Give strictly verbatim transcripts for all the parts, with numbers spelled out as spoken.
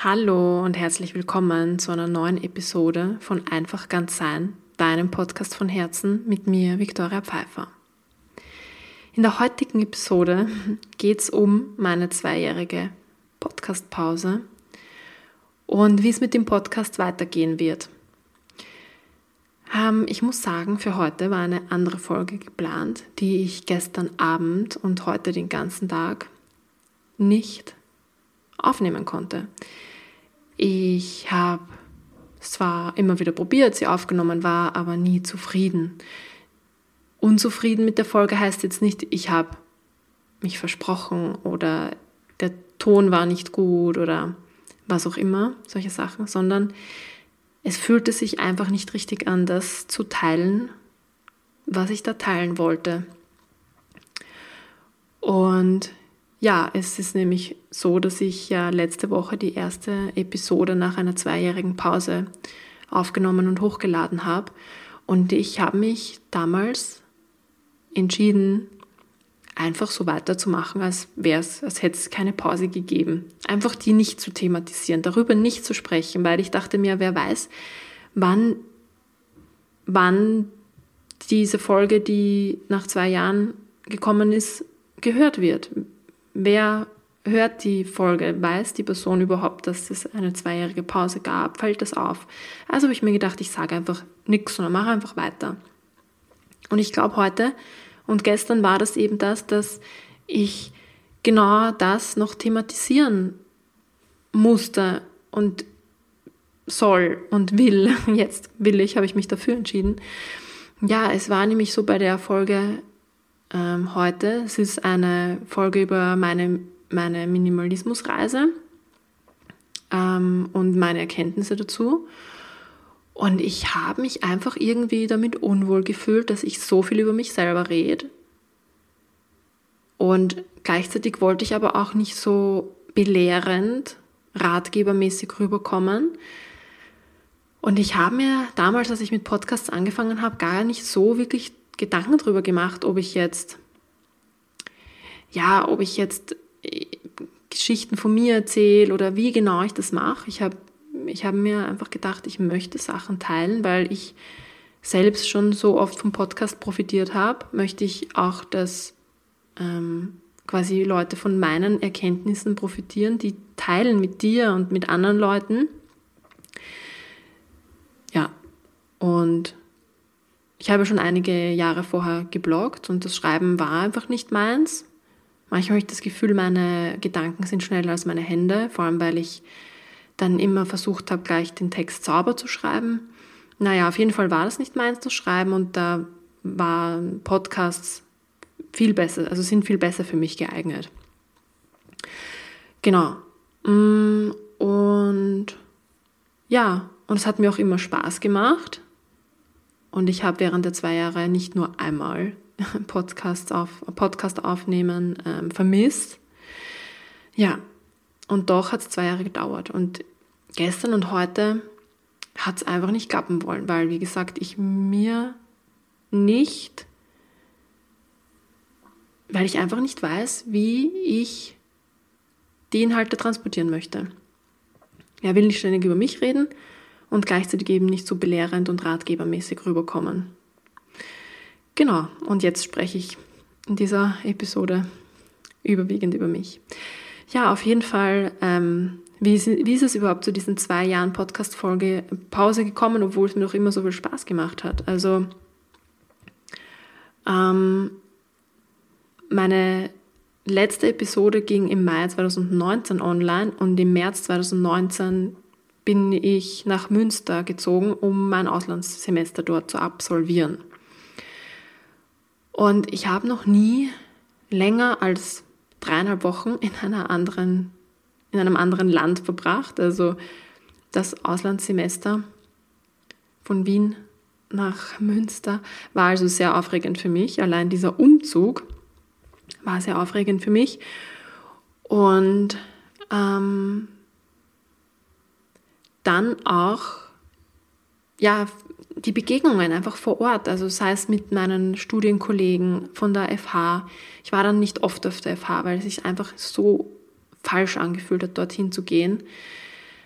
Hallo und herzlich willkommen zu einer neuen Episode von Einfach ganz sein, deinem Podcast von Herzen mit mir, Viktoria Pfeiffer. In der heutigen Episode geht es um meine zweijährige Podcastpause und wie es mit dem Podcast weitergehen wird. Ähm, ich muss sagen, für heute war eine andere Folge geplant, die ich gestern Abend und heute den ganzen Tag nicht aufnehmen konnte. Ich habe es zwar immer wieder probiert, sie aufgenommen war, aber nie zufrieden. Unzufrieden mit der Folge heißt jetzt nicht, ich habe mich versprochen oder der Ton war nicht gut oder was auch immer, solche Sachen, sondern es fühlte sich einfach nicht richtig an, das zu teilen, was ich da teilen wollte. Und ja, es ist nämlich so, dass ich ja letzte Woche die erste Episode nach einer zweijährigen Pause aufgenommen und hochgeladen habe. Und ich habe mich damals entschieden, einfach so weiterzumachen, als wäre es, als hätte es keine Pause gegeben. Einfach die nicht zu thematisieren, darüber nicht zu sprechen, weil ich dachte mir, wer weiß, wann, wann diese Folge, die nach zwei Jahren gekommen ist, gehört wird. Wer hört die Folge? Weiß die Person überhaupt, dass es eine zweijährige Pause gab? Fällt das auf? Also habe ich mir gedacht, ich sage einfach nichts, sondern mache einfach weiter. Und ich glaube heute und gestern war das eben das, dass ich genau das noch thematisieren musste und soll und will. Jetzt will ich, habe ich mich dafür entschieden. Ja, es war nämlich so bei der Folge ähm, heute. Es ist eine Folge über meine, meine Minimalismusreise ähm, und meine Erkenntnisse dazu. Und ich habe mich einfach irgendwie damit unwohl gefühlt, dass ich so viel über mich selber rede. Und gleichzeitig wollte ich aber auch nicht so belehrend, ratgebermäßig rüberkommen. Und ich habe mir damals, als ich mit Podcasts angefangen habe, gar nicht so wirklich Gedanken darüber gemacht, ob ich jetzt, ja, ob ich jetzt Geschichten von mir erzähle oder wie genau ich das mache. Ich habe ich habe mir einfach gedacht, ich möchte Sachen teilen, weil ich selbst schon so oft vom Podcast profitiert habe, möchte ich auch, dass ähm, quasi Leute von meinen Erkenntnissen profitieren, die teilen mit dir und mit anderen Leuten. Ja, und ich habe schon einige Jahre vorher gebloggt und das Schreiben war einfach nicht meins. Manchmal habe ich das Gefühl, meine Gedanken sind schneller als meine Hände, vor allem weil ich dann immer versucht habe, gleich den Text sauber zu schreiben. Naja, auf jeden Fall war das nicht meins, das Schreiben, und da waren Podcasts viel besser, also sind viel besser für mich geeignet. Genau. Und ja, und es hat mir auch immer Spaß gemacht. Und ich habe während der zwei Jahre nicht nur einmal Podcasts auf, Podcast aufnehmen ähm, vermisst. Ja, und doch hat es zwei Jahre gedauert. Und gestern und heute hat es einfach nicht klappen wollen, weil, wie gesagt, ich mir nicht, weil ich einfach nicht weiß, wie ich die Inhalte transportieren möchte. Er will nicht ständig über mich reden und gleichzeitig eben nicht so belehrend und ratgebermäßig rüberkommen. Genau, und jetzt spreche ich in dieser Episode überwiegend über mich. Ja, auf jeden Fall, ähm, wie, ist, wie ist es überhaupt zu diesen zwei Jahren Podcast-Folge Pause gekommen, obwohl es mir doch immer so viel Spaß gemacht hat? Also, ähm, meine letzte Episode ging im Mai zweitausendneunzehn online und im März zweitausendneunzehn bin ich nach Münster gezogen, um mein Auslandssemester dort zu absolvieren. Und ich habe noch nie länger als dreieinhalb Wochen in einer anderen, in einem anderen Land verbracht. Also das Auslandssemester von Wien nach Münster war also sehr aufregend für mich. Allein dieser Umzug war sehr aufregend für mich. Und ähm, dann auch ja, die Begegnungen einfach vor Ort, also sei es mit meinen Studienkollegen von der F H. Ich war dann nicht oft auf der F H, weil es sich einfach so falsch angefühlt hat, dorthin zu gehen.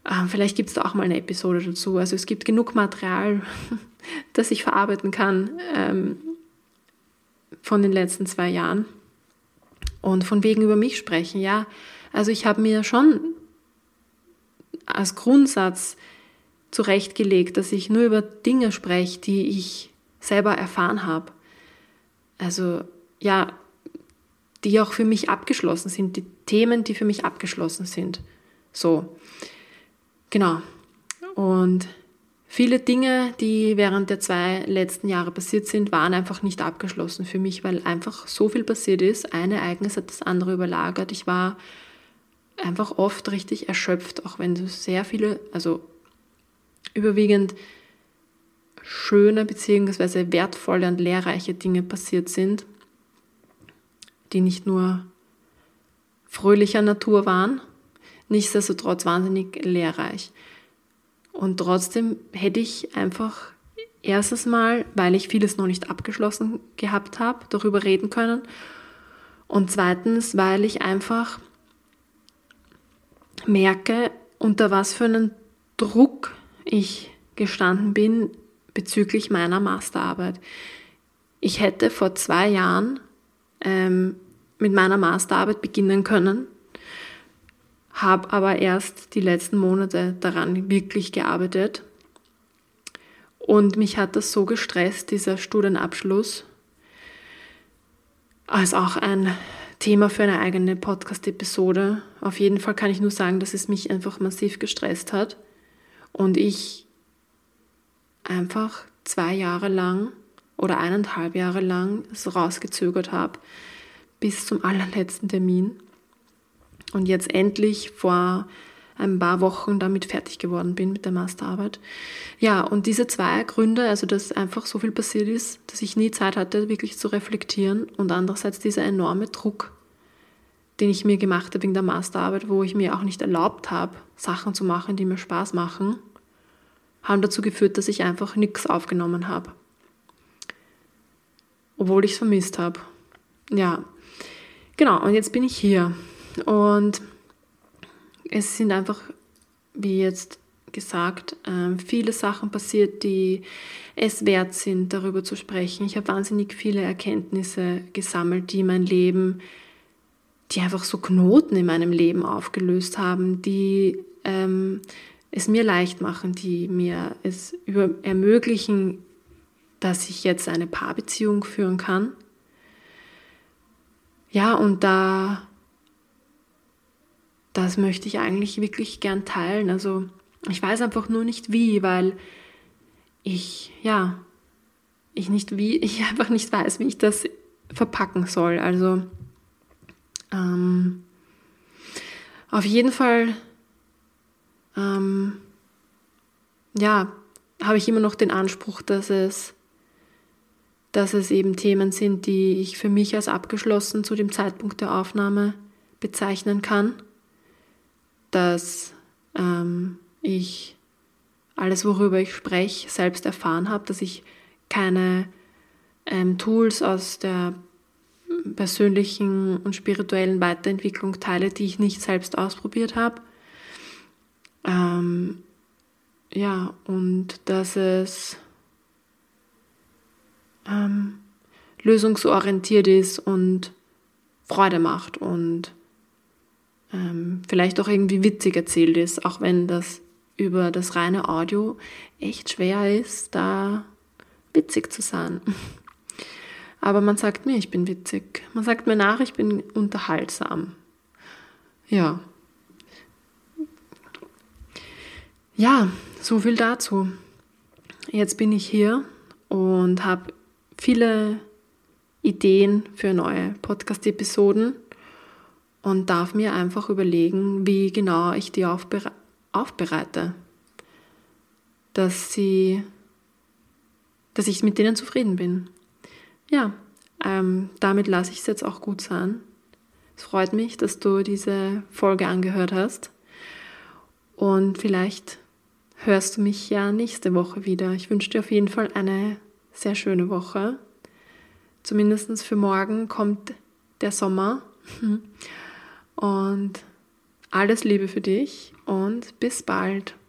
Ähm, vielleicht gibt es da auch mal eine Episode dazu. Also es gibt genug Material, das ich verarbeiten kann ähm, von den letzten zwei Jahren. Und von wegen über mich sprechen, ja. Also ich habe mir schon als Grundsatz zurechtgelegt, dass ich nur über Dinge spreche, die ich selber erfahren habe. Also ja, die auch für mich abgeschlossen sind, die Themen, die für mich abgeschlossen sind. So, genau. Und viele Dinge, die während der zwei letzten Jahre passiert sind, waren einfach nicht abgeschlossen für mich, weil einfach so viel passiert ist. Ein Ereignis hat das andere überlagert. Ich war einfach oft richtig erschöpft, auch wenn so sehr viele, also überwiegend schöne bzw. wertvolle und lehrreiche Dinge passiert sind, die nicht nur fröhlicher Natur waren, nichtsdestotrotz wahnsinnig lehrreich. Und trotzdem hätte ich einfach erstens mal, weil ich vieles noch nicht abgeschlossen gehabt habe, darüber reden können. Und zweitens, weil ich einfach merke, unter was für einen Druck ich gestanden bin bezüglich meiner Masterarbeit. Ich hätte vor zwei Jahren ähm, mit meiner Masterarbeit beginnen können, habe aber erst die letzten Monate daran wirklich gearbeitet. Und mich hat das so gestresst, dieser Studienabschluss, als auch ein Thema für eine eigene Podcast-Episode. Auf jeden Fall kann ich nur sagen, dass es mich einfach massiv gestresst hat und ich einfach zwei Jahre lang oder eineinhalb Jahre lang es rausgezögert habe bis zum allerletzten Termin und jetzt endlich vor ein paar Wochen damit fertig geworden bin mit der Masterarbeit. Ja, und diese zwei Gründe, also dass einfach so viel passiert ist, dass ich nie Zeit hatte, wirklich zu reflektieren und andererseits dieser enorme Druck, den ich mir gemacht habe wegen der Masterarbeit, wo ich mir auch nicht erlaubt habe, Sachen zu machen, die mir Spaß machen, haben dazu geführt, dass ich einfach nichts aufgenommen habe. Obwohl ich es vermisst habe. Ja, genau, und jetzt bin ich hier. Und es sind einfach, wie jetzt gesagt, viele Sachen passiert, die es wert sind, darüber zu sprechen. Ich habe wahnsinnig viele Erkenntnisse gesammelt, die mein Leben, die einfach so Knoten in meinem Leben aufgelöst haben, die ähm, es mir leicht machen, die mir es über ermöglichen, dass ich jetzt eine Paarbeziehung führen kann. Ja, und da, das möchte ich eigentlich wirklich gern teilen. Also ich weiß einfach nur nicht wie, weil ich, ja, ich nicht wie, ich einfach nicht weiß, wie ich das verpacken soll. Also ähm, auf jeden Fall ähm, ja, habe ich immer noch den Anspruch, dass es, dass es eben Themen sind, die ich für mich als abgeschlossen zu dem Zeitpunkt der Aufnahme bezeichnen kann, dass ähm, ich alles, worüber ich spreche, selbst erfahren habe, dass ich keine ähm, Tools aus der persönlichen und spirituellen Weiterentwicklung teile, die ich nicht selbst ausprobiert habe. Ähm, ja, und dass es ähm, lösungsorientiert ist und Freude macht und ähm, vielleicht auch irgendwie witzig erzählt ist, auch wenn das über das reine Audio echt schwer ist, da witzig zu sein. Aber man sagt mir, ich bin witzig. Man sagt mir nach, ich bin unterhaltsam. Ja. Ja, so viel dazu. Jetzt bin ich hier und habe viele Ideen für neue Podcast-Episoden und darf mir einfach überlegen, wie genau ich die aufbere- aufbereite, dass sie, dass ich mit denen zufrieden bin. Ja, ähm, damit lasse ich es jetzt auch gut sein. Es freut mich, dass du diese Folge angehört hast und vielleicht hörst du mich ja nächste Woche wieder. Ich wünsche dir auf jeden Fall eine sehr schöne Woche. Zumindest für morgen kommt der Sommer und Alles Liebe für dich und bis bald.